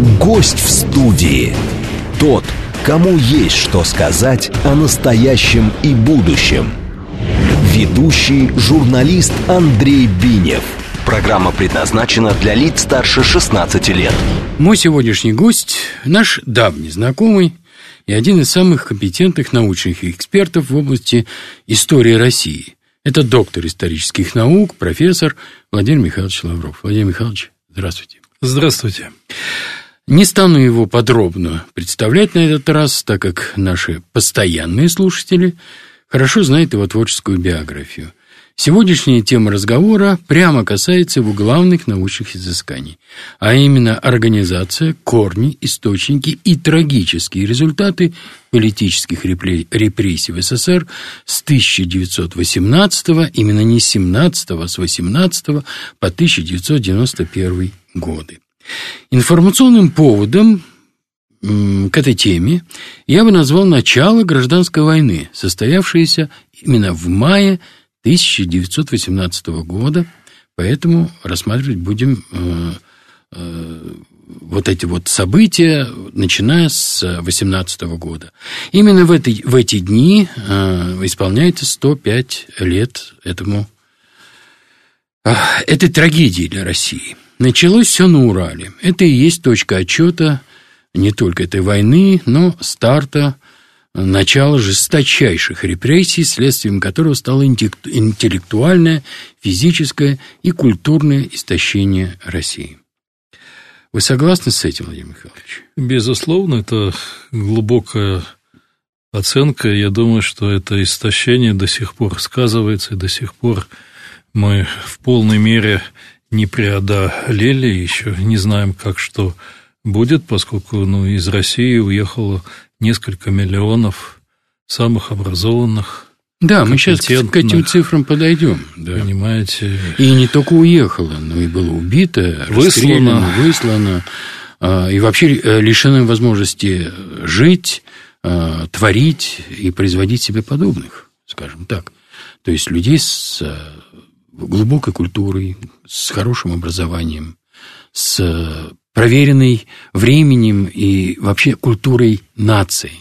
Гость в студии. Тот, кому есть что сказать о настоящем и будущем. Ведущий журналист Андрей Бинев. Программа предназначена для лиц старше 16 лет. Мой сегодняшний гость – наш давний знакомый и один из самых компетентных научных экспертов в области истории России. Это доктор исторических наук, профессор Владимир Михайлович Лавров. Владимир Михайлович, здравствуйте. Здравствуйте. Не стану его подробно представлять на этот раз, так как наши постоянные слушатели хорошо знают его творческую биографию. Сегодняшняя тема разговора прямо касается его главных научных изысканий, а именно организация, корни, источники и трагические результаты политических репрессий в СССР с 1918, именно не с 17, а с 18 по 1991 годы. Информационным поводом к этой теме я бы назвал начало гражданской войны, состоявшейся именно в мае 1918 года, поэтому рассматривать будем вот эти вот события, начиная с 18 года. Именно в эти дни исполняется 105 лет этой трагедии для России. Началось все на Урале. Это и есть точка отчета не только этой войны, но старта, начала жесточайших репрессий, следствием которого стало интеллектуальное, физическое и культурное истощение России. Вы согласны с этим, Владимир Михайлович? Безусловно, это глубокая оценка. Я думаю, что это истощение до сих пор сказывается, и до сих пор мы в полной мере не преодолели, еще не знаем, как что будет, поскольку из России уехало несколько миллионов самых образованных. Да, мы сейчас к этим цифрам подойдем. Да. Понимаете? И не только уехало, но и было убито, расстреляно, выслано, и вообще лишено возможности жить, творить и производить себе подобных, скажем так. То есть людей с глубокой культурой, с хорошим образованием, с проверенной временем и вообще культурой нации.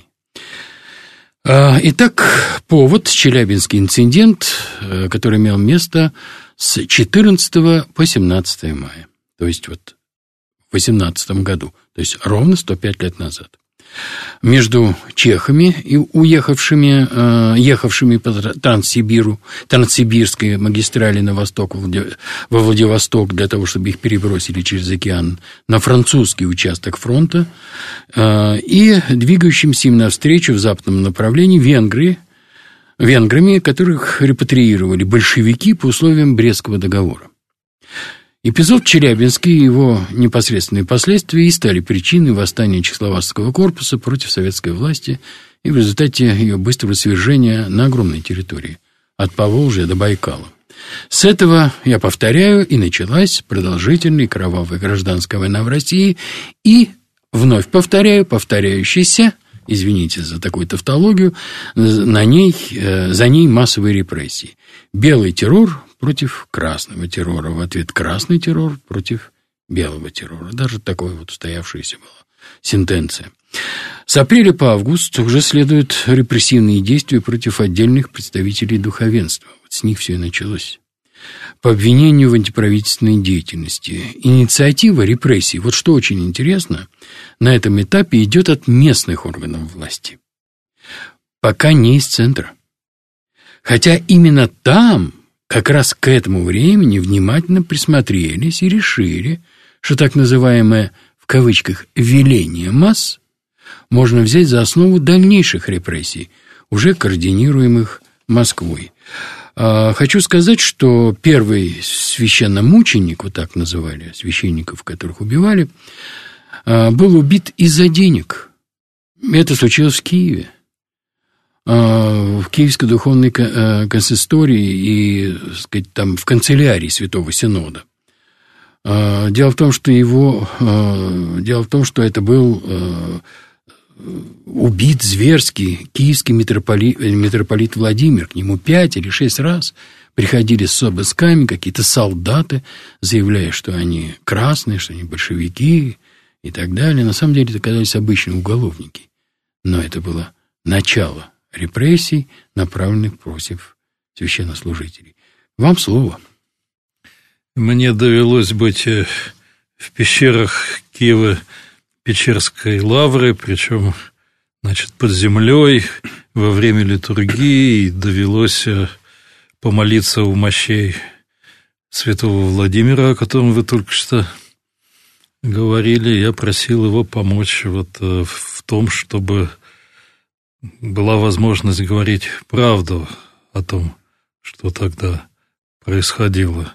Итак, повод – Челябинский инцидент, который имел место с 14 по 17 мая, то есть вот в 18 году, то есть ровно 105 лет назад. Между чехами и ехавшими по Транссибирской магистрали на восток, во Владивосток, для того, чтобы их перебросили через океан на французский участок фронта, и двигающимся им навстречу в западном направлении венграми, которых репатриировали большевики по условиям Брестского договора. Эпизод Челябинский и его непосредственные последствия и стали причиной восстания Чехословацкого корпуса против советской власти и в результате ее быстрого свержения на огромной территории, от Поволжья до Байкала. С этого, я повторяю, и началась продолжительная кровавая гражданская война в России и, вновь повторяю, повторяющаяся, извините за такую тавтологию, за ней массовые репрессии. Белый террор против красного террора, в ответ красный террор против белого террора. Даже такое вот устоявшаяся была сентенция. С апреля по август уже следуют репрессивные действия против отдельных представителей духовенства. Вот с них все и началось. По обвинению в антиправительственной деятельности. Инициатива репрессий, вот что очень интересно, на этом этапе идет от местных органов власти. Пока не из центра. Хотя именно там как раз к этому времени внимательно присмотрелись и решили, что так называемое, в кавычках, «веление масс» можно взять за основу дальнейших репрессий, уже координируемых Москвой. Хочу сказать, что первый священномученик, вот так называли священников, которых убивали, был убит из-за денег. Это случилось в Киеве. В Киевской духовной консистории и, так сказать, там в канцелярии Святого Синода. Дело в том, что это был убит зверски киевский митрополит Владимир. К нему 5 или 6 раз приходили с обысками какие-то солдаты, заявляя, что они красные, что они большевики и так далее. На самом деле это оказались обычные уголовники. Но это было начало репрессий, направленных против священнослужителей. Вам слово. Мне довелось быть в пещерах Киево-Печерской лавры, причем, значит, под землей во время литургии, довелось помолиться у мощей святого Владимира, о котором вы только что говорили. Я просил его помочь в том, чтобы была возможность говорить правду о том, что тогда происходило.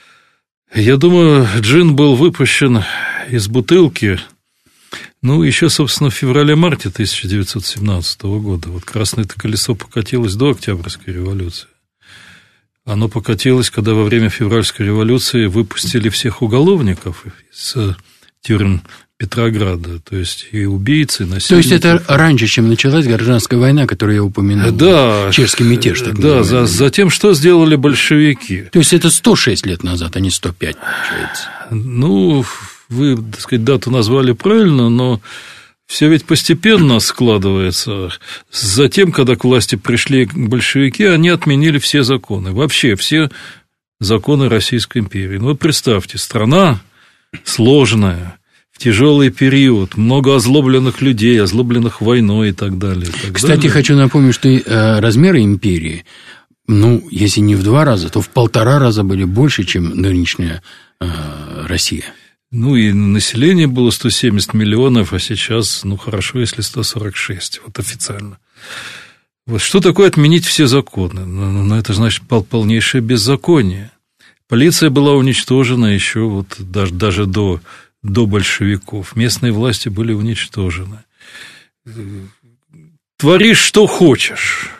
Я думаю, джин был выпущен из бутылки, еще, собственно, в феврале-марте 1917 года. Красное-то колесо покатилось до Октябрьской революции. Оно покатилось, когда во время февральской революции выпустили всех уголовников из тюрем Петрограда, то есть и убийцы, и насильники. То есть это раньше, чем началась гражданская война, которую я упомянул. Да. Чешский мятеж. Да, затем что сделали большевики? То есть это 106 лет назад, а не 105, получается. Вы, так сказать, дату назвали правильно, но все ведь постепенно складывается. Затем, когда к власти пришли большевики, они отменили все законы. Вообще все законы Российской империи. Представьте, страна сложная, тяжелый период, много озлобленных людей, озлобленных войной и так далее. Кстати, хочу напомнить, что размеры империи, если не в 2 раза, то в 1,5 раза были больше, чем нынешняя Россия. И население было 170 миллионов, а сейчас, хорошо, если 146, официально. Что такое отменить все законы? Это значит полнейшее беззаконие. Полиция была уничтожена еще даже до большевиков. Местные власти были уничтожены. Творишь, что хочешь.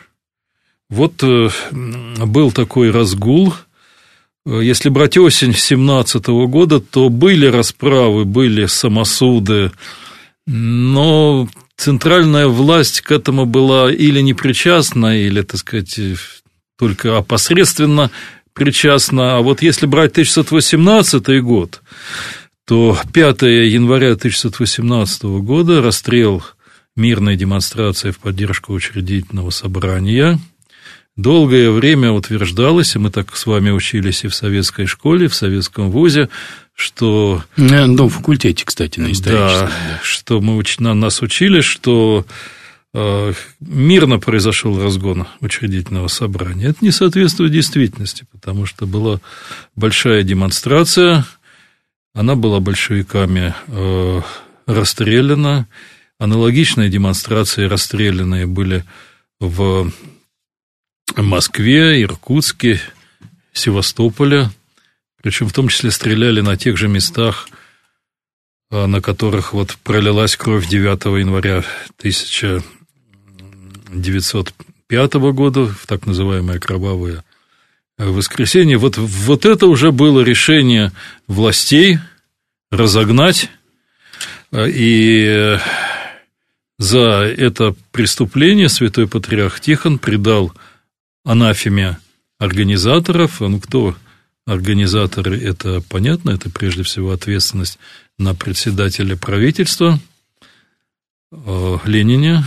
Был такой разгул. Если брать осень 17 года, то были расправы, были самосуды, но центральная власть к этому была или непричастна, или, так сказать, только опосредственно причастна. А если брать 1918 год, то 5 января 1918 года расстрел мирной демонстрации в поддержку учредительного собрания. Долгое время утверждалось, и мы так с вами учились и в советской школе, и в советском вузе, что... На факультете, кстати, на историческом. Да, что нас учили, что мирно произошел разгон учредительного собрания. Это не соответствует действительности, потому что была большая демонстрация, она была большевиками расстреляна, аналогичные демонстрации расстрелянные были в Москве, Иркутске, Севастополе, причем в том числе стреляли на тех же местах, на которых пролилась кровь 9 января 1905 года, в так называемое кровавое воскресенье. Это уже было решение властей разогнать, и за это преступление святой патриарх Тихон предал анафеме организаторов. Кто организаторы, это понятно, это прежде всего ответственность на председателя правительства Ленине.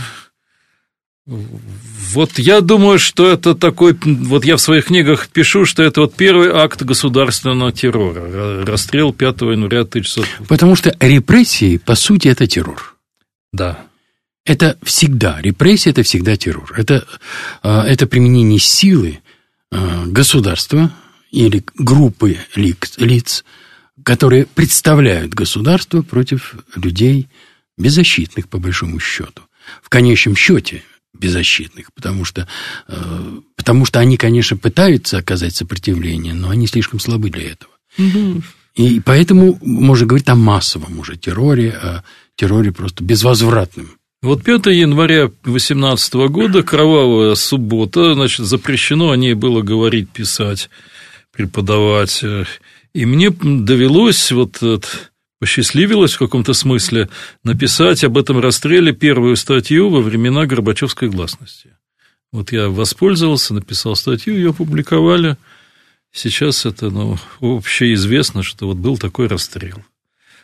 Я думаю, что это такой... я в своих книгах пишу, что это первый акт государственного террора. Расстрел 5 января 1900... Потому что репрессии, по сути, это террор. Да. Это всегда, репрессия – это всегда террор. Это применение силы государства или группы лиц, которые представляют государство против людей беззащитных, по большому счету. В конечном счете беззащитных, потому что они, конечно, пытаются оказать сопротивление, но они слишком слабы для этого. Угу. И поэтому можно говорить о массовом уже терроре, о терроре просто безвозвратном. 5 января 2018 года, кровавая суббота, запрещено о ней было говорить, писать, преподавать. И мне довелось, посчастливилось в каком-то смысле написать об этом расстреле первую статью во времена Горбачевской гласности. Я воспользовался, написал статью, ее опубликовали. Сейчас это общеизвестно, что был такой расстрел.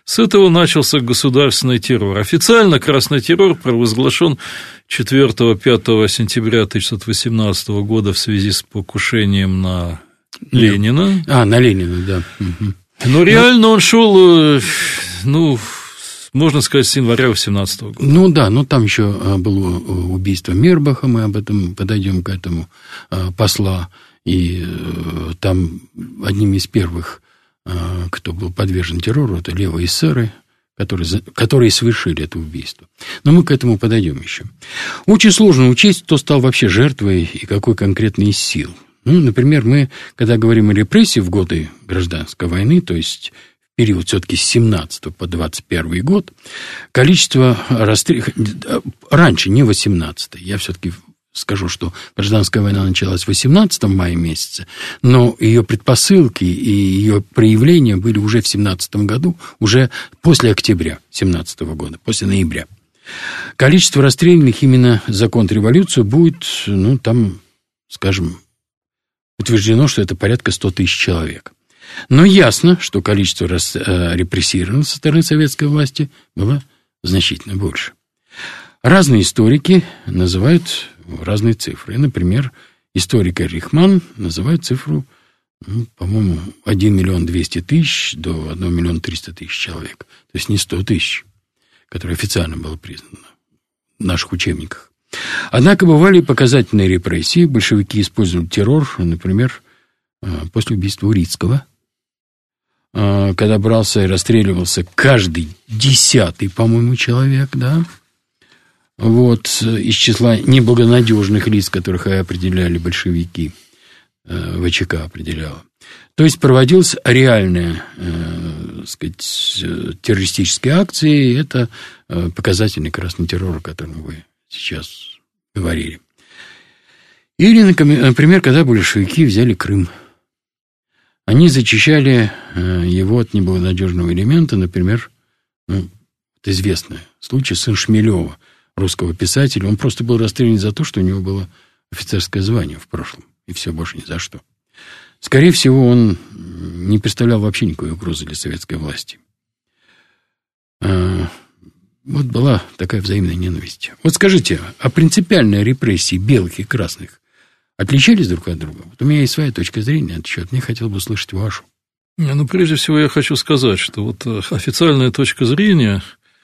С этого начался государственный террор. Официально красный террор провозглашен 4-5 сентября 1918 года в связи с покушением на Ленина. На Ленина, да. Но реально он шел, можно сказать, с января 18 года. Там еще было убийство Мербаха, мы об этом подойдем к этому, посла, и там одним из первых, кто был подвержен террору, это левые эсеры, которые совершили это убийство. Но мы к этому подойдем еще. Очень сложно учесть, кто стал вообще жертвой и какой конкретно из сил. Например, мы, когда говорим о репрессии в годы гражданской войны, то есть в период все-таки с 17 по 21 год, количество расстрелов... Раньше, не 18. Я все-таки скажу, что гражданская война началась в 18 мая месяце, но ее предпосылки и ее проявления были уже в 17 году, уже после октября 17 года, после ноября. Количество расстрелянных именно за контрреволюцию будет, там, скажем, утверждено, что это порядка 100 тысяч человек. Но ясно, что количество репрессированных со стороны советской власти было значительно больше. Разные историки называют разные цифры. Например, историк Рихман называет цифру, по-моему, 1 200 000 до 1 300 000 человек. То есть не 100 тысяч, которое официально было признано в наших учебниках. Однако бывали показательные репрессии. Большевики использовали террор, например, после убийства Урицкого, когда брался и расстреливался каждый 10-й, по-моему, человек, да, из числа неблагонадежных лиц, которых определяли большевики, ВЧК определяла. То есть проводилась реальная, террористические акции, и это показательный красный террор, о котором вы сейчас говорили. Или, например, когда большевики взяли Крым. Они зачищали его от неблагонадежного элемента, например, это известный случай, сын Шмелева, русского писателя, он просто был расстрелян за то, что у него было офицерское звание в прошлом, и все, больше ни за что. Скорее всего, он не представлял вообще никакой угрозы для советской власти. Была такая взаимная ненависть. Скажите, а принципиальные репрессии белых и красных отличались друг от друга? У меня есть своя точка зрения на этот счет, мне хотелось бы услышать вашу. Прежде всего, я хочу сказать, что официальная точка зрения,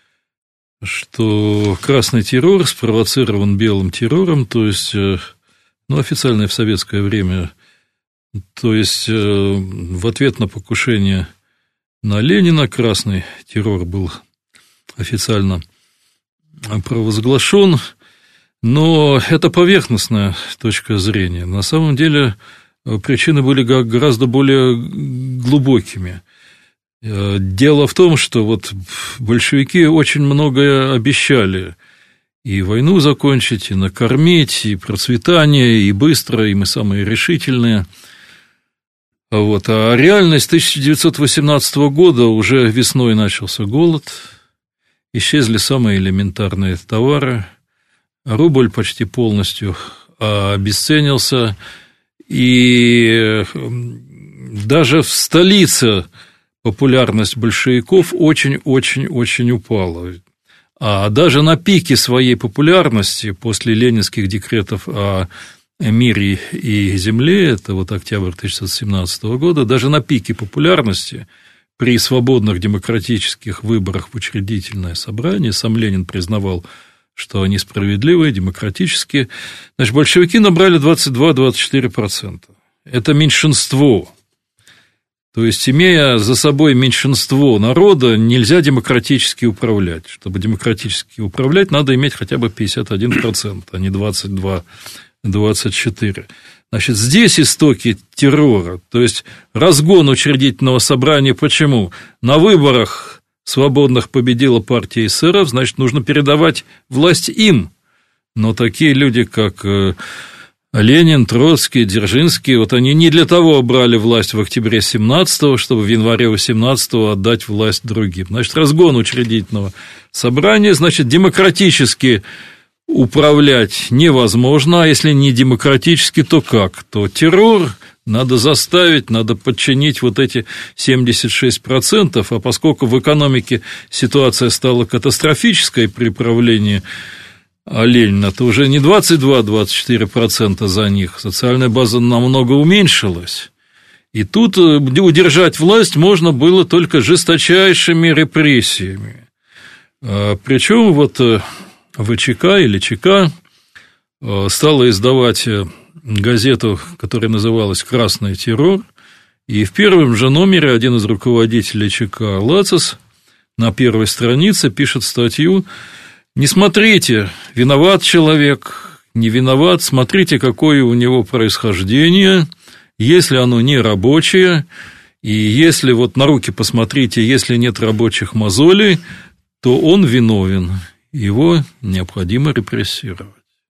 что красный террор спровоцирован белым террором, то есть, официальное в советское время, то есть, в ответ на покушение на Ленина красный террор был официально провозглашен, но это поверхностная точка зрения. На самом деле, причины были гораздо более глубокими. Дело в том, что большевики очень многое обещали. И войну закончить, и накормить, и процветание, и быстро, и мы самые решительные. А реальность 1918 года, уже весной начался голод, исчезли самые элементарные товары, рубль почти полностью обесценился, и даже в столице популярность большевиков очень-очень-очень упала. А даже на пике своей популярности после ленинских декретов о мире и земле, это октябрь 1917 года, даже на пике популярности при свободных демократических выборах в учредительное собрание, сам Ленин признавал, что они справедливые, демократические, большевики набрали 22-24%. Это меньшинство. То есть, имея за собой меньшинство народа, нельзя демократически управлять. Чтобы демократически управлять, надо иметь хотя бы 51%, а не 22-24%. Здесь истоки террора, то есть разгон учредительного собрания. Почему? На выборах свободных победила партия эсеров, значит, нужно передавать власть им. Но такие люди, как Ленин, Троцкий, Дзержинский, они не для того брали власть в октябре 17-го, чтобы в январе 18-го отдать власть другим. Разгон учредительного собрания, демократически управлять невозможно, а если не демократически, то как? То террор, надо заставить, надо подчинить вот эти 76%, а поскольку в экономике ситуация стала катастрофической при правлении Ленина, то уже не 22-24% за них, социальная база намного уменьшилась. И тут удержать власть можно было только жесточайшими репрессиями. Причем вот ВЧК или ЧК стала издавать газету, которая называлась «Красный террор», и в первом же номере один из руководителей ЧК Лацис на первой странице пишет статью: «Не смотрите, виноват человек, не виноват, смотрите, какое у него происхождение, если оно не рабочее, и если вот на руки посмотрите, если нет рабочих мозолей, то он виновен, его необходимо репрессировать».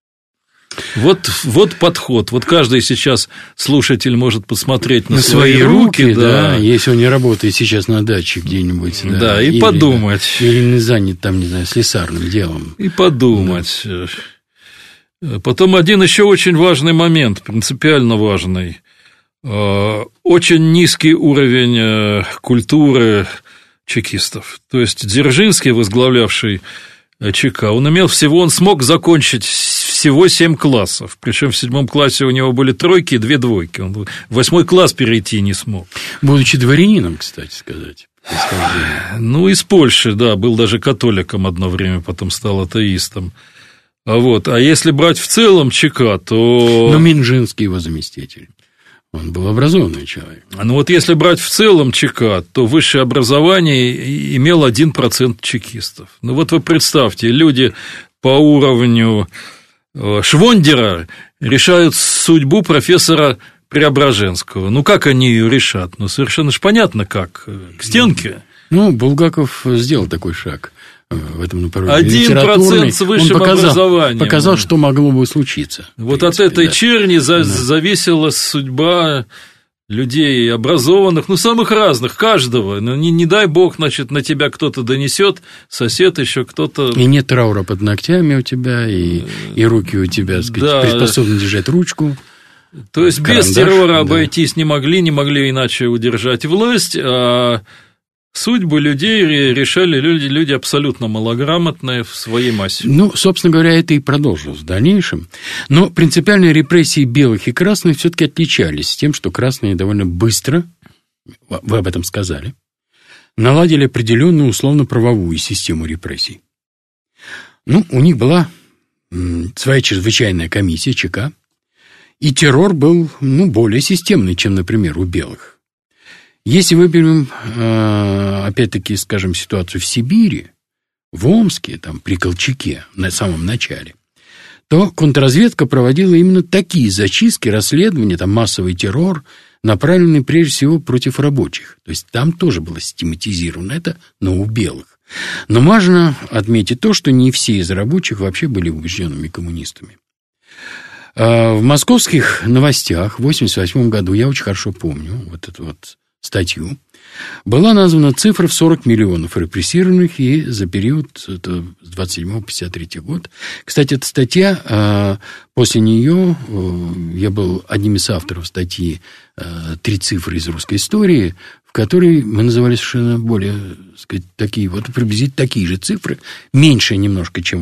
Вот подход. Вот каждый сейчас слушатель может посмотреть на свои руки, да, если он не работает сейчас на даче где-нибудь. Да, и подумать. Или не занят там, не знаю, слесарным делом. И подумать. Да. Потом один еще очень важный момент, принципиально важный. Очень низкий уровень культуры чекистов. То есть Дзержинский, возглавлявший ЧК, он смог закончить всего 7 классов, причем в 7 классе у него были тройки и 2 двойки, он в 8 класс перейти не смог. Будучи дворянином, кстати сказать. Ну, из Польши, да, был даже католиком одно время, потом стал атеистом. А если брать в целом ЧК, то... Но Минжинский его заместитель. Он был образованный человек. Ну, вот если брать в целом ЧК, то высшее образование имел 1% чекистов. Ну, вот вы представьте, люди по уровню Швондера решают судьбу профессора Преображенского. Ну, как они ее решат? Ну, совершенно же понятно, как. К стенке. Ну, Булгаков сделал такой шаг в этом направлении. 1% с высшим образованием. Показал, что могло бы случиться. Вот от этой черни зависела судьба людей образованных, самых разных, каждого. Не дай бог, значит, на тебя кто-то донесет, сосед еще кто-то. И нет траура под ногтями у тебя, и руки у тебя, так сказать, приспособлены держать ручку. То есть без террора обойтись не могли иначе удержать власть, а судьбы людей решали люди абсолютно малограмотные в своей массе. Ну, собственно говоря, это и продолжилось в дальнейшем. Но принципиальные репрессии белых и красных все-таки отличались тем, что красные довольно быстро, вы об этом сказали, наладили определенную условно-правовую систему репрессий. Ну, у них была своя чрезвычайная комиссия ЧК, и террор был, более системный, чем, например, у белых. Если выберем, опять-таки, скажем, ситуацию в Сибири, в Омске, там, при Колчаке, на самом начале, то контрразведка проводила именно такие зачистки, расследования, там, массовый террор, направленный прежде всего против рабочих. То есть там тоже было систематизировано это, но у белых. Но важно отметить то, что не все из рабочих вообще были убежденными коммунистами. В московских новостях в 1988 году, я очень хорошо помню вот эту вот статью, была названа цифра в 40 миллионов репрессированных и за период это, с 27 по 53 год. Кстати, эта статья, после нее я был одним из авторов статьи «Три цифры из русской истории», в которой мы называли совершенно более, так сказать, такие вот приблизительно такие же цифры, меньше немножко, чем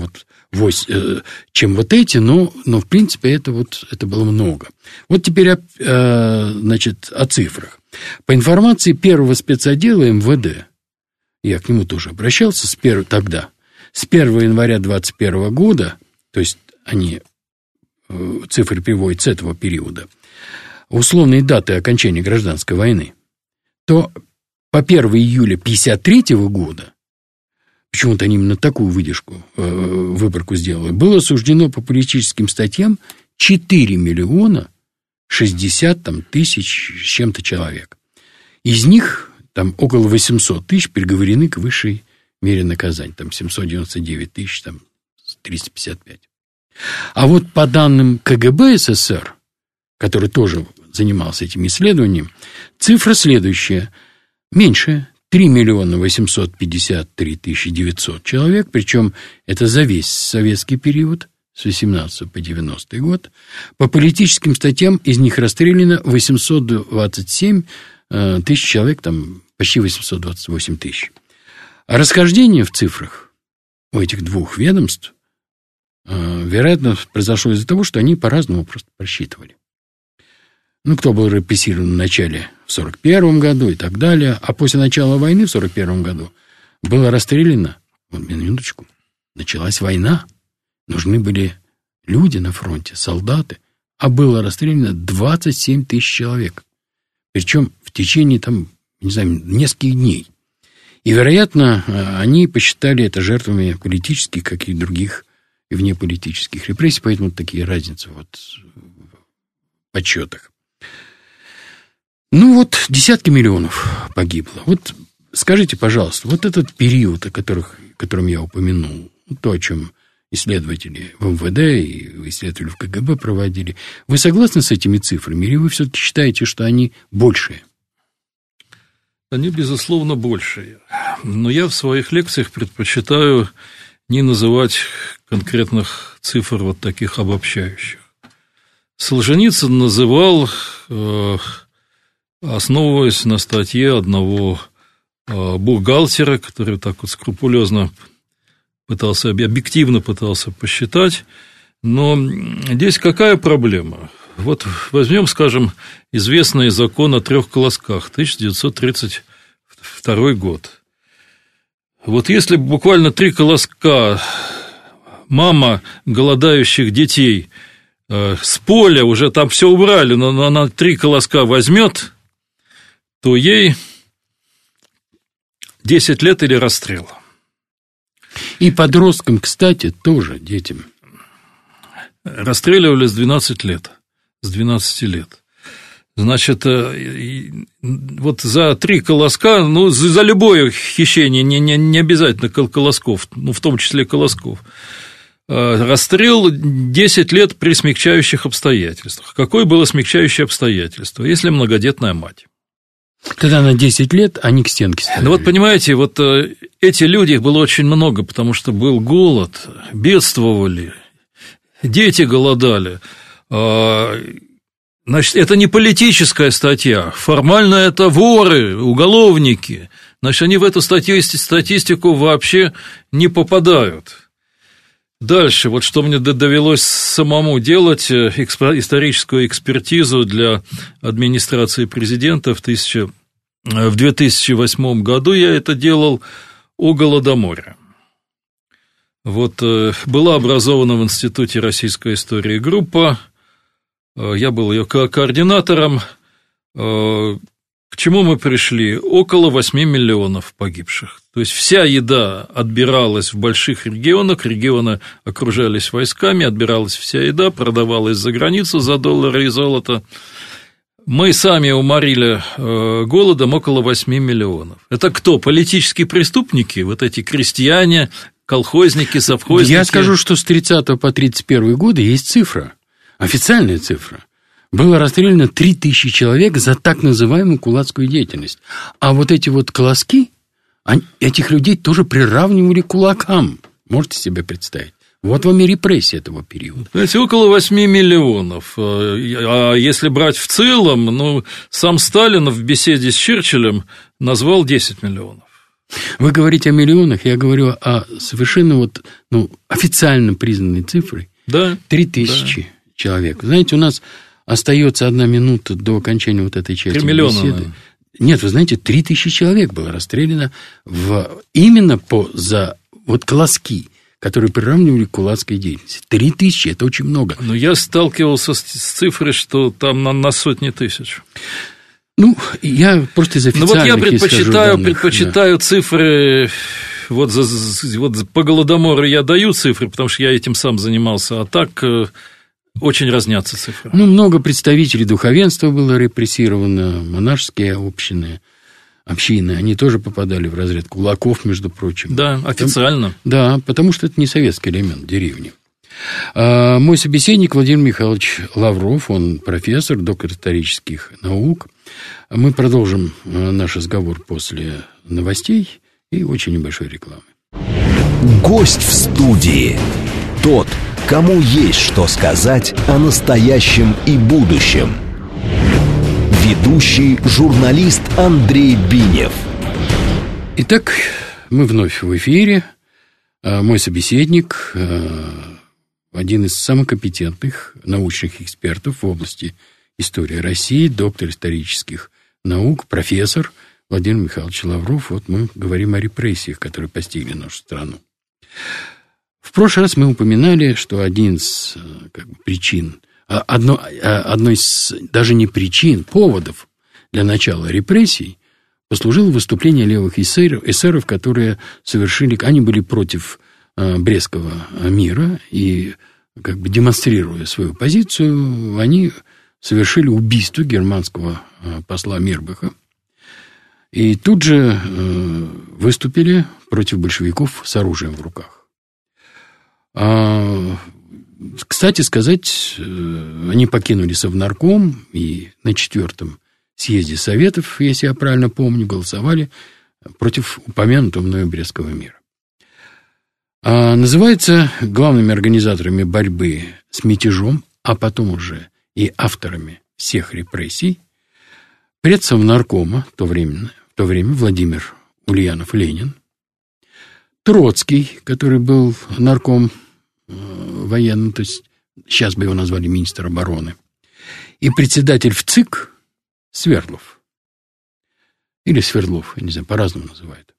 вот эти, но в принципе это было много. Вот теперь, значит, о цифрах. По информации первого спецотдела МВД, я к нему тоже обращался с 1 января 2021 года, то есть они цифры приводят с этого периода, условные даты окончания гражданской войны, то по 1 июля 1953 года, почему-то они именно такую выборку сделали, было осуждено по политическим статьям 4 миллиона 60 тысяч с чем-то человек. Из них там около 800 тысяч приговорены к высшей мере наказания. Там 799 тысяч, там 355. А вот по данным КГБ СССР, который тоже занимался этим исследованием, цифра следующая. Меньше 3 миллиона 853 тысячи 900 человек, причем это за весь советский период, с 18 по 90 год. По политическим статьям из них расстреляно 827 тысяч человек, там почти 828 тысяч. А расхождение в цифрах у этих двух ведомств, вероятно, произошло из-за того, что они по-разному просто просчитывали. Ну, кто был репрессирован в начале в 1941 году и так далее, а после начала войны в 1941 году было расстреляно, вот минуточку, началась война, нужны были люди на фронте, солдаты, а было расстреляно 27 тысяч человек. Причем в течение, там, не знаю, нескольких дней. И, вероятно, они посчитали это жертвами политических, как и других, и внеполитических репрессий, поэтому такие разницы вот в подсчетах. Ну, вот десятки миллионов погибло. Вот скажите, пожалуйста, вот этот период, о котором я упомянул, то, о чем исследователи в МВД и исследователи в КГБ проводили, вы согласны с этими цифрами, или вы все-таки считаете, что они большие? Они, безусловно, большие. Но я в своих лекциях предпочитаю не называть конкретных цифр вот таких обобщающих. Солженицын называл, основываясь на статье одного бухгалтера, который так вот скрупулезно объективно пытался посчитать. Но здесь какая проблема? Вот возьмем, скажем, известный закон о 3 колосках, 1932 год. Вот если буквально 3 колоска мама голодающих детей с поля, уже там все убрали, но она 3 колоска возьмет, то ей 10 лет или расстрел. И подросткам, кстати, тоже, детям. Расстреливали с 12 лет. С 12 лет. Значит, вот за 3 колоска, ну, за любое хищение, не обязательно колосков, ну, в том числе колосков, расстрел 10 лет при смягчающих обстоятельствах. Какое было смягчающее обстоятельство? Если многодетная мать. Тогда на 10 лет они к стенке ставили. Ну, вот понимаете, вот эти люди, их было очень много, потому что был голод, бедствовали, дети голодали. Значит, это не политическая статья, формально это воры, уголовники. Значит, они в эту статистику вообще не попадают. Дальше, вот что мне довелось самому делать, историческую экспертизу для администрации президента в 2008 году я это делал о Голодоморе. Вот была образована в Институте российской истории группа, я был ее координатором. К чему мы пришли? Около 8 миллионов погибших. То есть вся еда отбиралась в больших регионах, регионы окружались войсками, отбиралась вся еда, продавалась за границу за доллары и золото. Мы сами уморили голодом около 8 миллионов. Это кто? Политические преступники? Вот эти крестьяне, колхозники, совхозники? Я скажу, что с 30 по 31 годы есть цифра, официальная цифра. Было расстреляно 3000 человек за так называемую кулацкую деятельность. А вот эти вот колоски, этих людей тоже приравнивали к кулакам. Можете себе представить? Вот вам и репрессии этого периода. Знаете, около 8 миллионов. А если брать в целом, ну, сам Сталин в беседе с Черчиллем назвал 10 миллионов. Вы говорите о миллионах, я говорю о совершенно вот, ну, официально признанной цифре. Да. 3000 человек. Знаете, у нас остается 1 минута до окончания вот этой части 3 миллиона, беседы. наверное. Нет, вы знаете, 3000 человек было расстреляно именно за вот колоски, которые приравнивали к кулацкой деятельности. 3000 – это очень много. Но я сталкивался с цифрой, что там на сотни тысяч. Ну, я просто из официальных я предпочитаю цифры. Вот по Голодомору я даю цифры, потому что я этим сам занимался, а так очень разнятся цифры. Ну, много представителей духовенства было репрессировано, монашеские общины, они тоже попадали в разряд кулаков, между прочим. Да, официально. Да, потому что это не советский элемент деревни. Мой собеседник Владимир Михайлович Лавров, он профессор, доктор исторических наук. Мы продолжим наш разговор после новостей и очень небольшой рекламы. Гость в студии. Тот, кому есть что сказать о настоящем и будущем. Ведущий журналист Андрей Бинев. Итак, мы вновь в эфире. Мой собеседник, один из самых компетентных научных экспертов в области истории России, доктор исторических наук, профессор Владимир Михайлович Лавров. Вот мы говорим о репрессиях, которые постигли нашу страну. В прошлый раз мы упоминали, что один из причин, одной из даже не причин, поводов для начала репрессий послужило выступление левых эсеров, которые совершили, они были против Брестского мира, и демонстрируя свою позицию, они совершили убийство германского посла Мирбаха. И тут же выступили против большевиков с оружием в руках. Кстати сказать, они покинули Совнарком и на 4-м съезде Советов, если я правильно помню, голосовали против упомянутого мною Брестского мира. Называется главными организаторами борьбы с мятежом, а потом уже и авторами всех репрессий предсовнаркома в то время Владимир Ульянов-Ленин, Троцкий, который был нарком военным, то есть сейчас бы его назвали министр обороны, и председатель ВЦИК Свердлов. Или Свердлов, я не знаю, по-разному называют.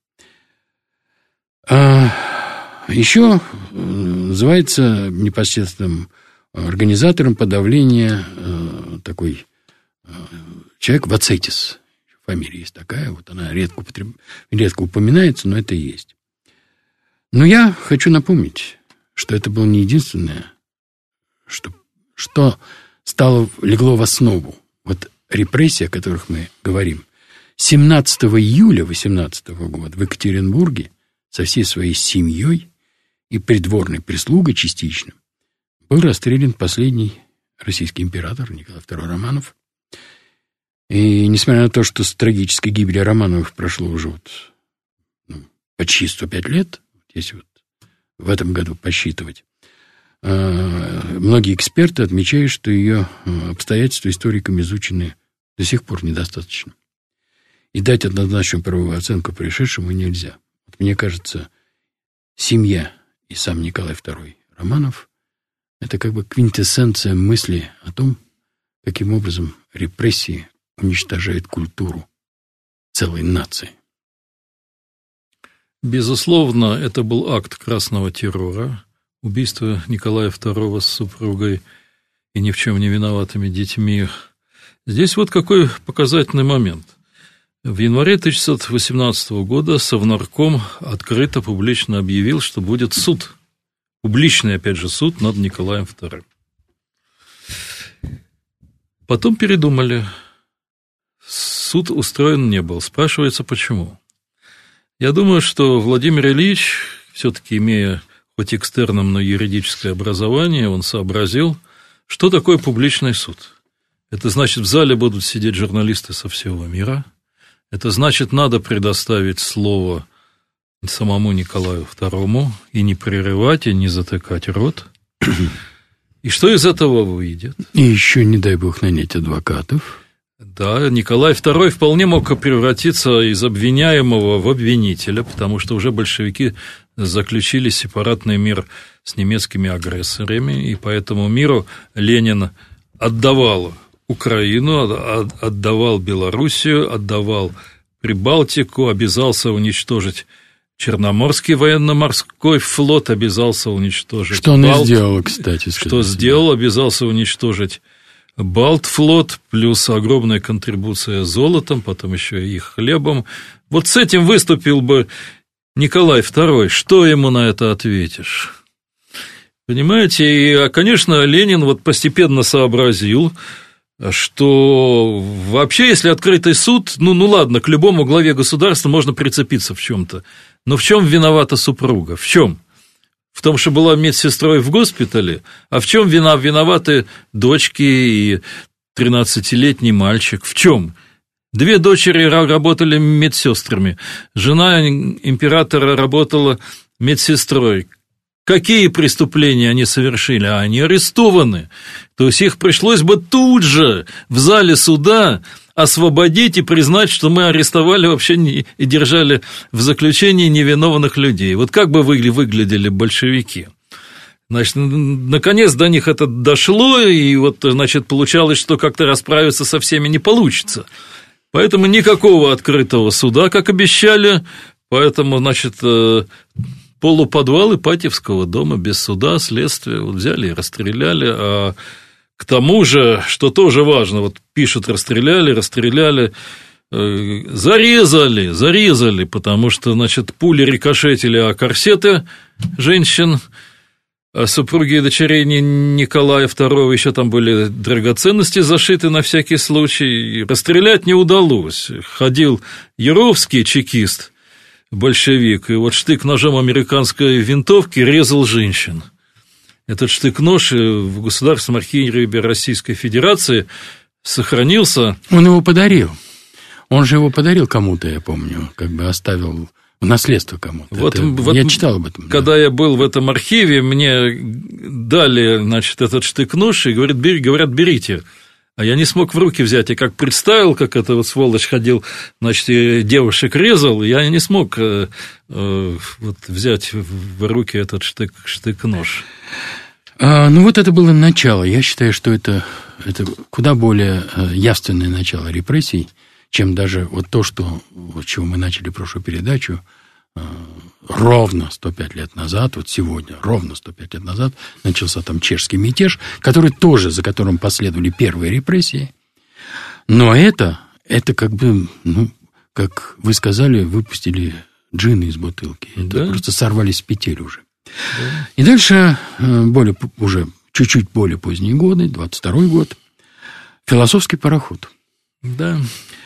Еще называется непосредственным организатором подавления такой человек Вацетис. Фамилия есть такая, вот она редко упоминается, но это и есть. Но я хочу напомнить, что это было не единственное, что легло в основу вот репрессий, о которых мы говорим. 17 июля 18 года в Екатеринбурге со всей своей семьей и придворной прислугой частично был расстрелян последний российский император Николай II Романов. И несмотря на то, что с трагической гибели Романовых прошло уже почти 105 лет, если вот в этом году посчитывать, многие эксперты отмечают, что ее обстоятельства историками изучены до сих пор недостаточно. И дать однозначную правовую оценку происшедшему нельзя. Вот мне кажется, семья и сам Николай II Романов – это квинтэссенция мысли о том, каким образом репрессии уничтожают культуру целой нации. Безусловно, это был акт красного террора, убийство Николая II с супругой и ни в чем не виноватыми детьми. Здесь вот какой показательный момент. В январе 1918 года Совнарком открыто, публично объявил, что будет суд, публичный, опять же, суд над Николаем II. Потом передумали. Суд устроен не был. Спрашивается, почему? Я думаю, что Владимир Ильич, все-таки имея хоть экстерном, но юридическое образование, он сообразил, что такое публичный суд. Это значит, в зале будут сидеть журналисты со всего мира. Это значит, надо предоставить слово самому Николаю II и не прерывать, и не затыкать рот. И что из этого выйдет? И еще, не дай бог, нанять адвокатов. Да, Николай II вполне мог превратиться из обвиняемого в обвинителя, потому что уже большевики заключили сепаратный мир с немецкими агрессорами, и по этому миру Ленин отдавал Украину, отдавал Белоруссию, отдавал Прибалтику, обязался уничтожить Черноморский военно-морской флот, обязался уничтожить Что он и сделал, кстати. Что сделал, обязался уничтожить Балтфлот, плюс огромная контрибуция золотом, потом еще и хлебом. Вот с этим выступил бы Николай II. Что ему на это ответишь? Понимаете, и, конечно, Ленин вот постепенно сообразил, что вообще, если открытый суд, ну ладно, к любому главе государства можно прицепиться в чем-то, но в чем виновата супруга? В чем? В том, что была медсестрой в госпитале, а в чем виноваты дочки и 13-летний мальчик? В чем? Две дочери работали медсестрами, жена императора работала медсестрой. какие преступления они совершили, а они арестованы. То есть их пришлось бы тут же в зале суда освободить и признать, что мы арестовали вообще и держали в заключении невиновных людей. Вот как бы выглядели большевики? Значит, наконец до них это дошло, и вот, значит, получалось, что как-то расправиться со всеми не получится. Поэтому никакого открытого суда, как обещали, поэтому, значит, полуподвал Ипатьевского дома без суда, следствия вот взяли и расстреляли, а к тому же, что тоже важно, вот пишут, расстреляли, зарезали, потому что, значит, пули рикошетили о корсеты женщин, супруги и дочерей Николая II, еще там были драгоценности зашиты на всякий случай, расстрелять не удалось. Ходил Яровский, чекист, большевик, и вот штык-ножом американской винтовки резал женщин. Этот штык-нож в Государственном архиве Российской Федерации сохранился. Он его подарил. Он же его подарил кому-то, я помню, как бы оставил в наследство кому-то. Я читал об этом. Когда я был в этом архиве, мне дали, значит, этот штык-нож и говорят, берите. А я не смог в руки взять. Я как представил, как эта вот сволочь ходил, значит, и девушек резал, я не смог вот взять в руки этот штык-нож. Ну, вот это было начало. Я считаю, что это куда более явственное начало репрессий, чем даже вот то, с чего мы начали прошлую передачу, ровно 105 лет назад, вот сегодня, ровно 105 лет назад, начался там чешский мятеж, за которым последовали первые репрессии. Но это как бы, ну, как вы сказали, выпустили джин из бутылки. Это просто сорвались с петель уже. Да. И дальше, уже чуть-чуть более поздние годы, 22-й год, философский пароход. Да.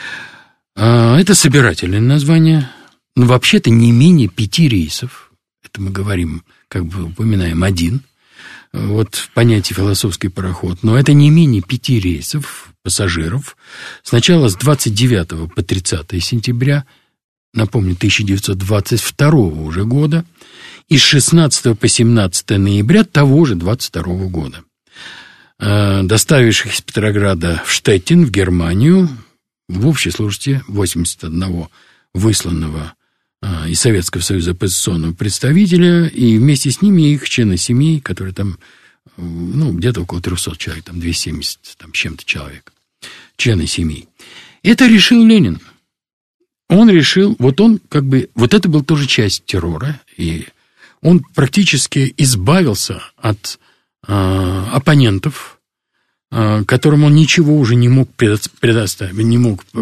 Это собирательное название, но вообще-то не менее 5 рейсов. Это мы говорим, как бы упоминаем один, вот в понятии философский пароход, но это не менее 5 рейсов пассажиров. Сначала с 29 по 30 сентября, напомню, 1922 уже года, и с 16 по 17 ноября того же 22 года. Доставивших из Петрограда в Штеттин, в Германию, в общей сложности 81 высланного из Советского Союза оппозиционного представителя, и вместе с ними их члены семей, которые там, ну, где-то около 300 человек, там 270 там, с чем-то человек, члены семей. Это решил Ленин. Он решил, вот это был тоже часть террора, и он практически избавился от оппонентов, которым он ничего уже не мог предоставить, не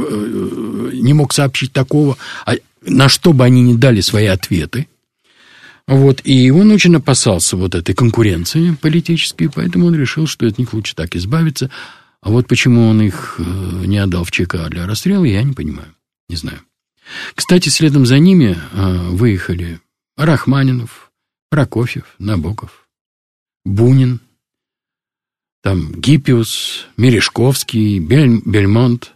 мог сообщить такого, на что бы они ни дали свои ответы. Вот, и он очень опасался вот этой конкуренции политической, поэтому он решил, что от них лучше так избавиться. А вот почему он их не отдал в ЧК для расстрела, я не понимаю, не знаю. Кстати, следом за ними выехали Рахманинов, Прокофьев, Набоков, Бунин, там Гиппиус, Мережковский, Бельмонт,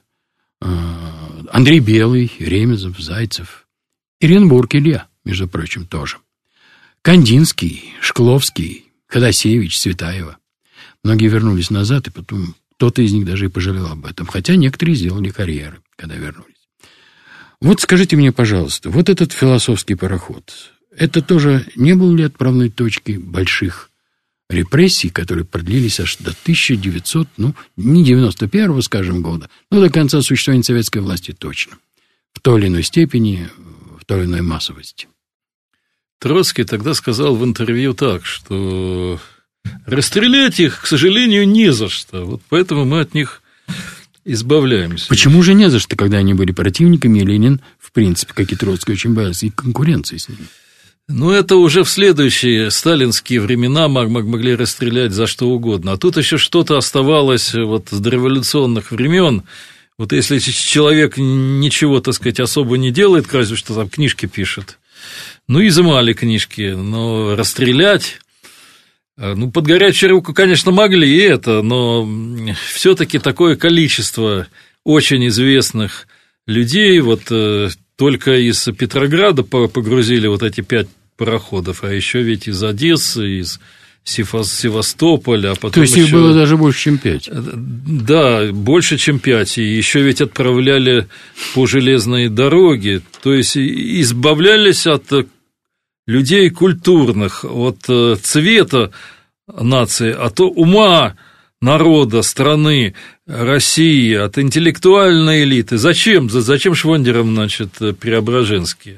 Андрей Белый, Ремезов, Зайцев, Иренбург Илья, между прочим, тоже, Кандинский, Шкловский, Ходосевич, Цветаева. Многие вернулись назад, и потом кто-то из них даже и пожалел об этом, хотя некоторые сделали карьеры, когда вернулись. Вот скажите мне, пожалуйста, вот этот философский пароход, это тоже не было ли отправной точкой больших репрессий, которые продлились аж до 1900, не 91-го, скажем, года, но до конца существования советской власти точно. В той или иной степени, в той или иной массовости. Троцкий тогда сказал в интервью так, что расстрелять их, к сожалению, не за что. Вот поэтому мы от них избавляемся. Почему же не за что, когда они были противниками, и Ленин, в принципе, как и Троцкий, очень боялся и конкуренции с ними? Это уже в следующие сталинские времена могли расстрелять за что угодно. А тут еще что-то оставалось вот с дореволюционных времен. Вот если человек ничего, так сказать, особо не делает, разве что там книжки пишет, изымали книжки, но расстрелять, под горячую руку, конечно, могли это, но все-таки такое количество очень известных людей, вот только из Петрограда погрузили вот эти 5 пароходов, а еще ведь из Одессы, из Севастополя, а потом то есть еще... их было даже больше, чем 5. Да, больше, чем 5. И еще ведь отправляли по железной дороге. То есть избавлялись от людей культурных, от цвета нации, от ума народа, страны, России, от интеллектуальной элиты. Зачем швондерам, Преображенские?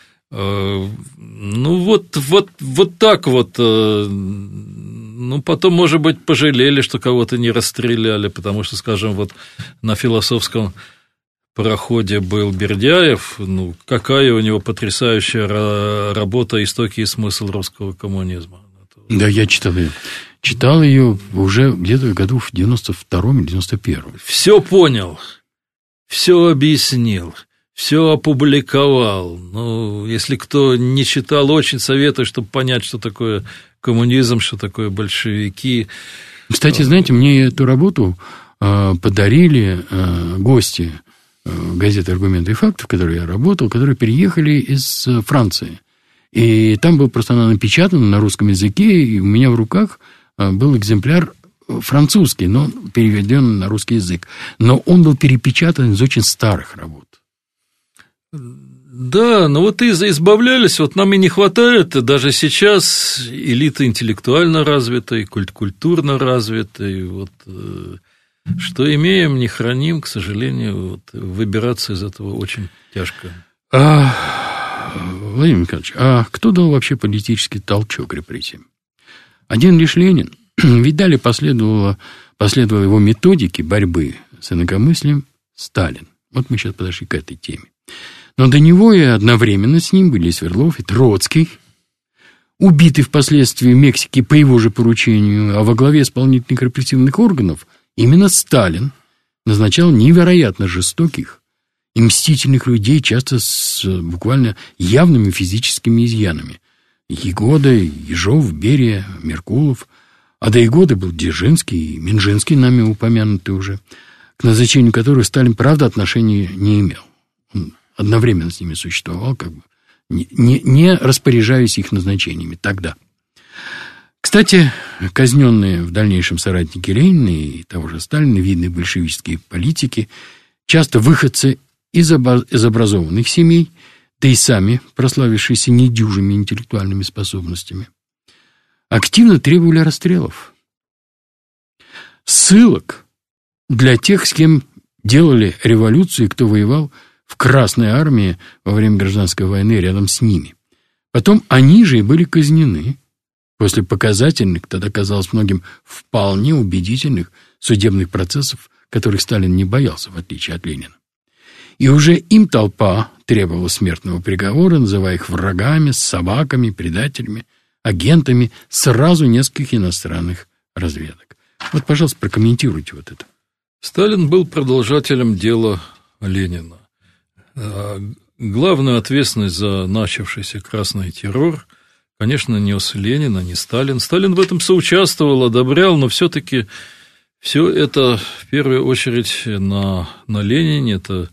Ну, вот так вот. Ну, потом, может быть, пожалели, что кого-то не расстреляли, потому что, скажем, вот на философском пароходе был Бердяев, ну, какая у него потрясающая работа «Истоки и смысл русского коммунизма». Да, я читал ее. Читал ее уже где-то в году в 92-м или 91-м. Все понял, все объяснил. Все опубликовал. Ну, если кто не читал, очень советую, чтобы понять, что такое коммунизм, что такое большевики. Кстати, знаете, мне эту работу подарили гости газеты «Аргументы и факты», в которой я работал, которые переехали из Франции. И там был просто она напечатана на русском языке, и у меня в руках был экземпляр французский, но переведен на русский язык. Но он был перепечатан из очень старых работ. Да, но вот избавлялись, вот нам и не хватает, даже сейчас элита интеллектуально развитой, культурно развитой, вот что имеем, не храним, к сожалению, вот, выбираться из этого очень тяжко. Владимир Николаевич, а кто дал вообще политический толчок репрессиям? Один лишь Ленин, ведь далее последовало его методике борьбы с инакомыслием Сталин. Вот мы сейчас подошли к этой теме. Но до него и одновременно с ним были и Свердлов, и Троцкий, убитый впоследствии в Мексике по его же поручению, а во главе исполнительных репрессивных органов именно Сталин назначал невероятно жестоких и мстительных людей, часто с буквально явными физическими изъянами. Егода, Ежов, Берия, Меркулов, а до Егоды был Дзержинский и Минжинский, нами упомянутый уже, к назначению которых Сталин, правда, отношения не имел. Он одновременно с ними существовал, как бы не распоряжаясь их назначениями тогда. Кстати, казненные в дальнейшем соратники Ленина и того же Сталина, видные большевистские политики, часто выходцы из образованных семей, да и сами прославившиеся недюжими интеллектуальными способностями, активно требовали расстрелов, ссылок для тех, с кем делали революцию и кто воевал в Красной армии во время гражданской войны рядом с ними. Потом они же и были казнены после показательных, тогда казалось многим вполне убедительных судебных процессов, которых Сталин не боялся, в отличие от Ленина. И уже им толпа требовала смертного приговора, называя их врагами, собаками, предателями, агентами сразу нескольких иностранных разведок. Вот, пожалуйста, прокомментируйте вот это. Сталин был продолжателем дела Ленина. Главную ответственность за начавшийся красный террор, конечно, нес Ленин, а не Сталин. Сталин в этом соучаствовал, одобрял, но все-таки все это в первую очередь на Ленине, это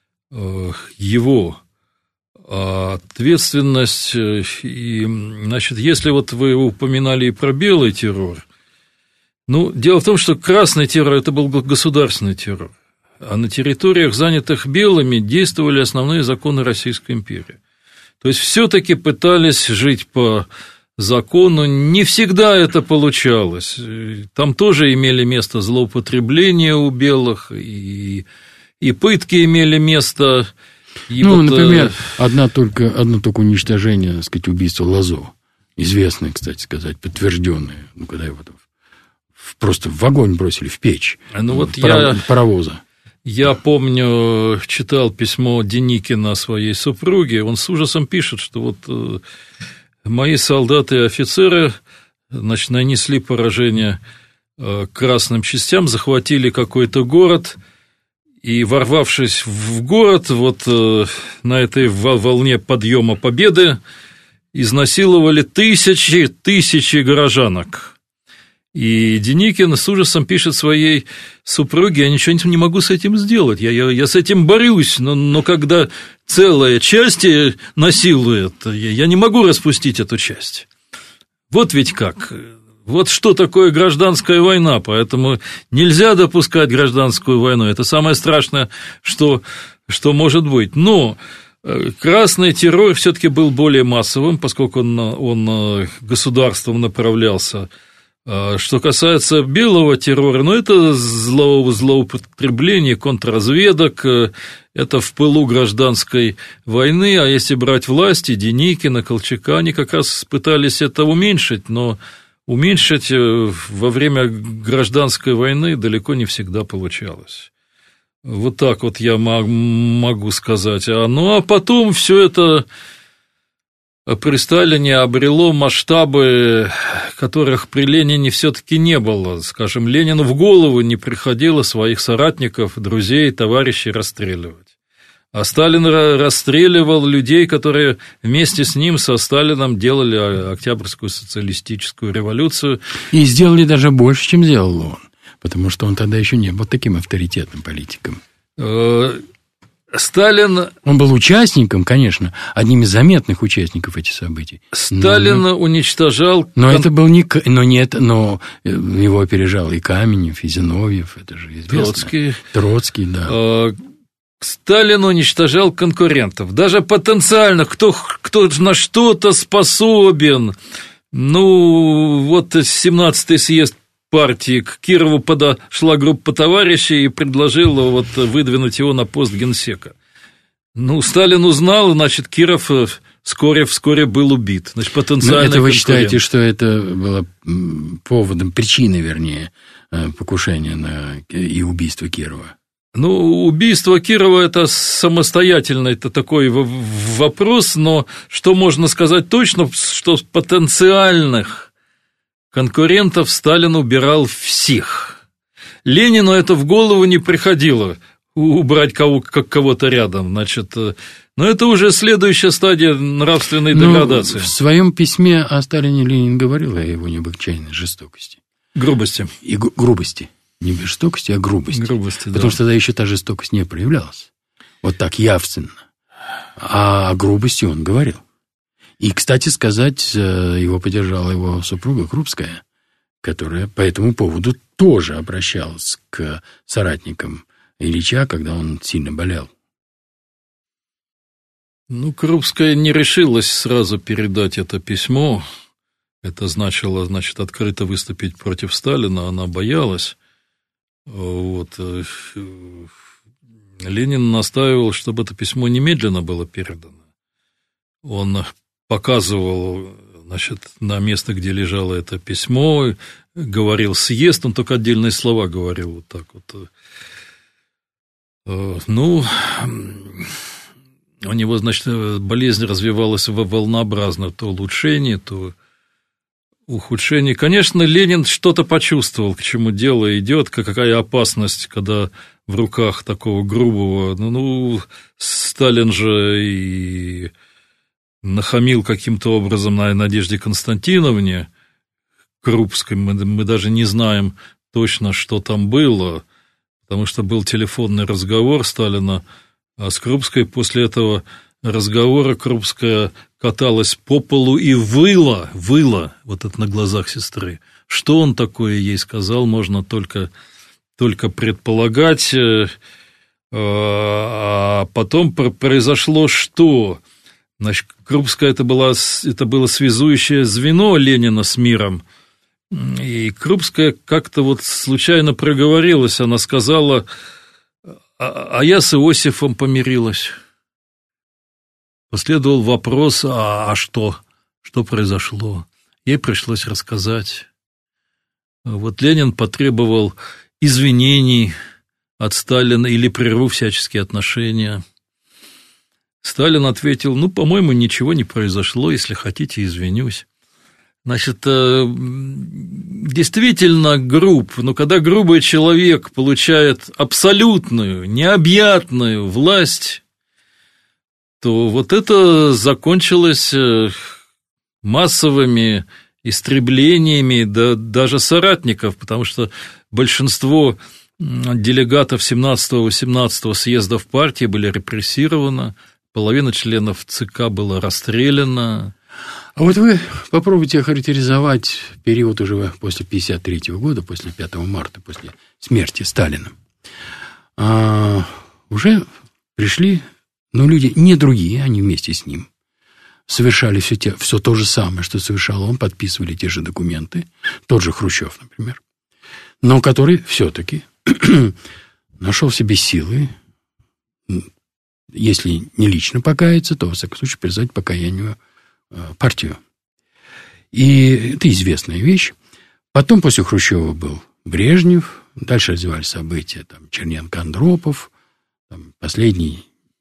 его ответственность. И, значит, если вот вы упоминали и про белый террор, ну, дело в том, что красный террор – это был государственный террор, а на территориях, занятых белыми, действовали основные законы Российской империи. То есть, все-таки пытались жить по закону, не всегда это получалось. Там тоже имели место злоупотребления у белых, и пытки имели место. И ну, вот, например, одно только уничтожение, так сказать, убийства Лозо, известное, кстати сказать, подтвержденное, ну, когда его просто в огонь бросили, в печь, ну, вот паровоза. Я помню, читал письмо Деникина своей супруге, он с ужасом пишет, что вот мои солдаты и офицеры, значит, нанесли поражение красным частям, захватили какой-то город, и, ворвавшись в город, вот на этой волне подъема победы, изнасиловали тысячи горожанок. И Деникин с ужасом пишет своей супруге: я ничего не могу с этим сделать, я с этим борюсь, но когда целая часть насилует, я не могу распустить эту часть. Вот ведь как. Вот что такое гражданская война, поэтому нельзя допускать гражданскую войну. Это самое страшное, что может быть. Но красный террор все-таки был более массовым, поскольку он государством направлялся. Что касается белого террора, это злоупотребление контрразведок, это в пылу гражданской войны, а если брать власти, Деникина, Колчака, они как раз пытались это уменьшить, но уменьшить во время гражданской войны далеко не всегда получалось. Вот так вот я могу сказать. А потом все это при Сталине обрело масштабы, которых при Ленине все-таки не было. Скажем, Ленину в голову не приходило своих соратников, друзей, товарищей расстреливать. А Сталин расстреливал людей, которые вместе с ним, со Сталином, делали Октябрьскую социалистическую революцию. И сделали даже больше, чем сделал он, потому что он тогда еще не был таким авторитетным политиком. Сталин... Он был участником, конечно, одним из заметных участников этих событий. Сталин уничтожал... Но это был не... Но его опережал и Каменев, и Зиновьев, это же известно. Троцкий, да. Сталин уничтожал конкурентов, даже потенциально, кто на что-то способен. Вот 17-й съезд партии, к Кирову подошла группа товарищей и предложила выдвинуть его на пост генсека. Сталин узнал, значит, Киров вскоре был убит. Значит, потенциальный это вы считаете, что это было поводом, причиной, вернее, покушения и убийства Кирова? Убийство Кирова – это самостоятельный такой вопрос, но что можно сказать точно, что потенциальных конкурентов Сталин убирал всех. Ленину это в голову не приходило убрать кого-то рядом, значит, но это уже следующая стадия нравственной деградации. В своем письме о Сталине Ленин говорил о его необычайной жестокости. Грубости. И грубости. Не жестокости, а грубости. Потому что тогда еще та жестокость не проявлялась. Вот так явственно. А о грубости он говорил. И, кстати сказать, его поддержала его супруга Крупская, которая по этому поводу тоже обращалась к соратникам Ильича, когда он сильно болел. Крупская не решилась сразу передать это письмо. Это значило, значит, открыто выступить против Сталина. Она боялась. Ленин настаивал, чтобы это письмо немедленно было передано. Он показывал, значит, на место, где лежало это письмо, говорил съезд, он только отдельные слова говорил вот так вот. У него, значит, болезнь развивалась волнообразно, то улучшение, то ухудшение. Конечно, Ленин что-то почувствовал, к чему дело идет, какая опасность, когда в руках такого грубого, Сталин же и нахамил каким-то образом на Надежде Константиновне Крупской, мы даже не знаем точно, что там было, потому что был телефонный разговор Сталина с Крупской. После этого разговора Крупская каталась по полу и выла, вот это на глазах сестры. Что он такое ей сказал, можно только предполагать. А потом произошло что? Значит, Крупская это было связующее звено Ленина с миром. И Крупская как-то случайно проговорилась, она сказала: а я с Иосифом помирилась. Последовал вопрос: а что? Что произошло? Ей пришлось рассказать. Ленин потребовал извинений от Сталина или прерву всяческие отношения. Сталин ответил: по-моему, ничего не произошло, если хотите, извинюсь. Значит, действительно груб, но когда грубый человек получает абсолютную, необъятную власть, то это закончилось массовыми истреблениями, да, даже соратников, потому что большинство делегатов 17-18 съездов партии были репрессированы, половина членов ЦК была расстреляна. А вот вы попробуйте охарактеризовать период уже после 1953 года, после 5 марта, после смерти Сталина. Уже пришли, люди не другие, они вместе с ним совершали все то же самое, что совершал он, подписывали те же документы, тот же Хрущев, например, но который все-таки нашел в себе силы, если не лично покаяться, то, во всяком случае, призвать к покаянию партию. И это известная вещь. Потом после Хрущева был Брежнев, дальше развивались события, там, Черненко, Андропов, там, последний,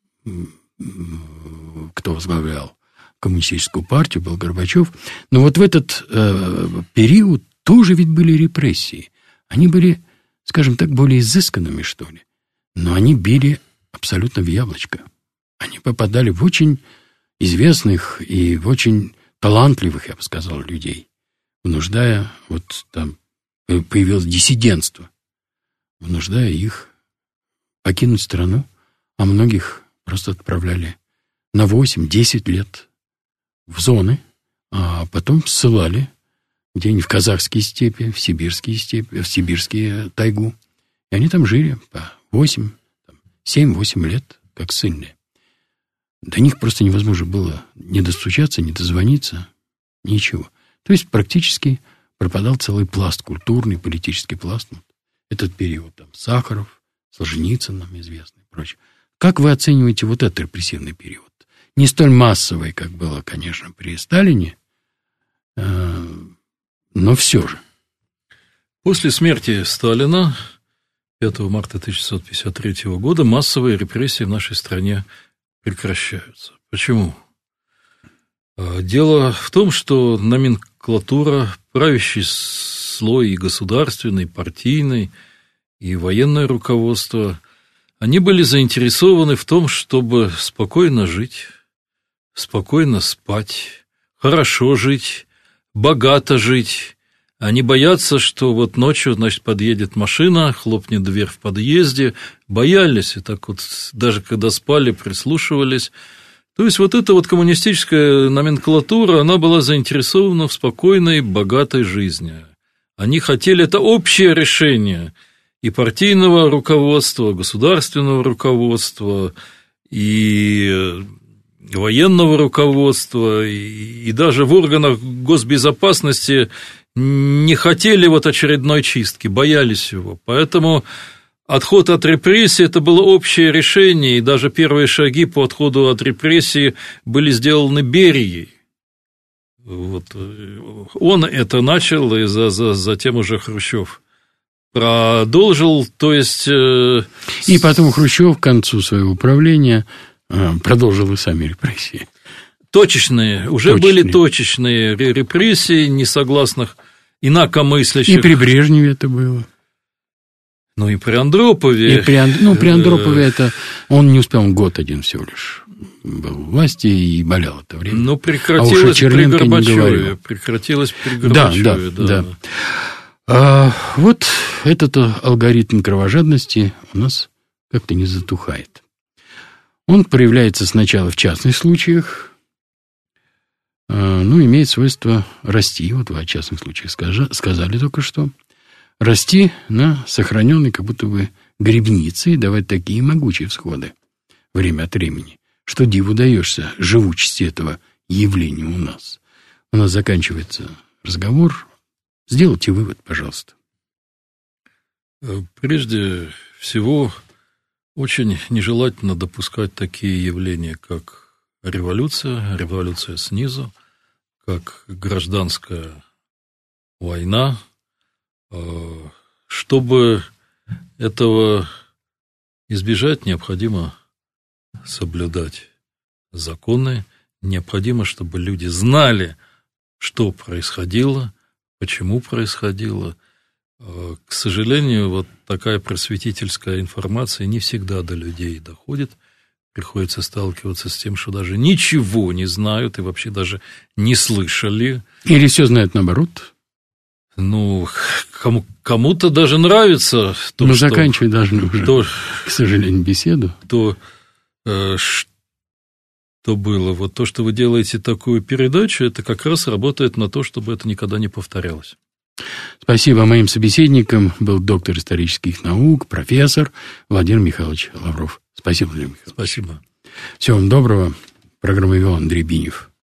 кто возглавлял коммунистическую партию, был Горбачев. Но вот в этот период тоже ведь были репрессии. Они были, скажем так, более изысканными, что ли. Но они били абсолютно в яблочко. Они попадали в очень известных и в очень талантливых, я бы сказал, людей, вынуждая, вот там появилось диссидентство, вынуждая их покинуть страну, а многих просто отправляли на 8-10 лет в зоны, а потом ссылали где-нибудь в казахские степи, в сибирские степи, в сибирские тайгу. И они там жили по 7-8 лет, как ссыльные. До них просто невозможно было ни достучаться, ни дозвониться, ничего. То есть практически пропадал целый пласт, культурный, политический пласт. Этот период, там, Сахаров, Солженицын нам известный и прочее. Как вы оцениваете вот этот репрессивный период? Не столь массовый, как было, конечно, при Сталине, но все же. После смерти Сталина 5 марта 1953 года массовые репрессии в нашей стране прекращаются. Почему? Дело в том, что номенклатура, правящий слой и государственный, и партийный, и военное руководство, они были заинтересованы в том, чтобы спокойно жить, спокойно спать, хорошо жить, богато жить. Они боятся, что вот ночью, значит, подъедет машина, хлопнет дверь в подъезде, боялись, и так вот даже когда спали, прислушивались. То есть вот эта вот коммунистическая номенклатура, она была заинтересована в спокойной, богатой жизни. Они хотели, это общее решение и партийного руководства, государственного руководства, и военного руководства, и даже в органах госбезопасности не хотели вот очередной чистки, боялись его. Поэтому отход от репрессий – это было общее решение, и даже первые шаги по отходу от репрессий были сделаны Берией. Вот. Он это начал, и затем уже Хрущев продолжил, то есть… И потом Хрущев к концу своего правления продолжил и сами репрессии. Точечные, были точечные репрессии несогласных, инакомыслящих. И при Брежневе это было. Ну, и при Андропове. При Андропове это… Он не успел, он год один всего лишь был в власти и болел это время. Ну, прекратилось при Горбачеве. Прекратилось при Горбачеве, да. Вот этот алгоритм кровожадности у нас как-то не затухает. Он проявляется сначала в частных случаях, имеет свойство расти. Вот вы о частных случаях сказали только что. Расти на сохраненной как будто бы гребнице и давать такие могучие всходы время от времени, что диву даешься живучести этого явления у нас. У нас заканчивается разговор. Сделайте вывод, пожалуйста. Прежде всего, очень нежелательно допускать такие явления, как революция снизу, как гражданская война. Чтобы этого избежать, необходимо соблюдать законы, необходимо, чтобы люди знали, что происходило, почему происходило. К сожалению, вот такая просветительская информация не всегда до людей доходит. приходится сталкиваться с тем, что даже ничего не знают и вообще даже не слышали. Или все знают наоборот. Ну, кому-то даже нравится то, мы что... заканчивать должны уже, к сожалению, беседу. Что было. Вот то, что вы делаете такую передачу, это как раз работает на то, чтобы это никогда не повторялось. Спасибо. Моим собеседником был доктор исторических наук, профессор Владимир Михайлович Лавров. Спасибо, Владимир Михайлович. Спасибо. Всего вам доброго. Программу вел Андрей Бинев.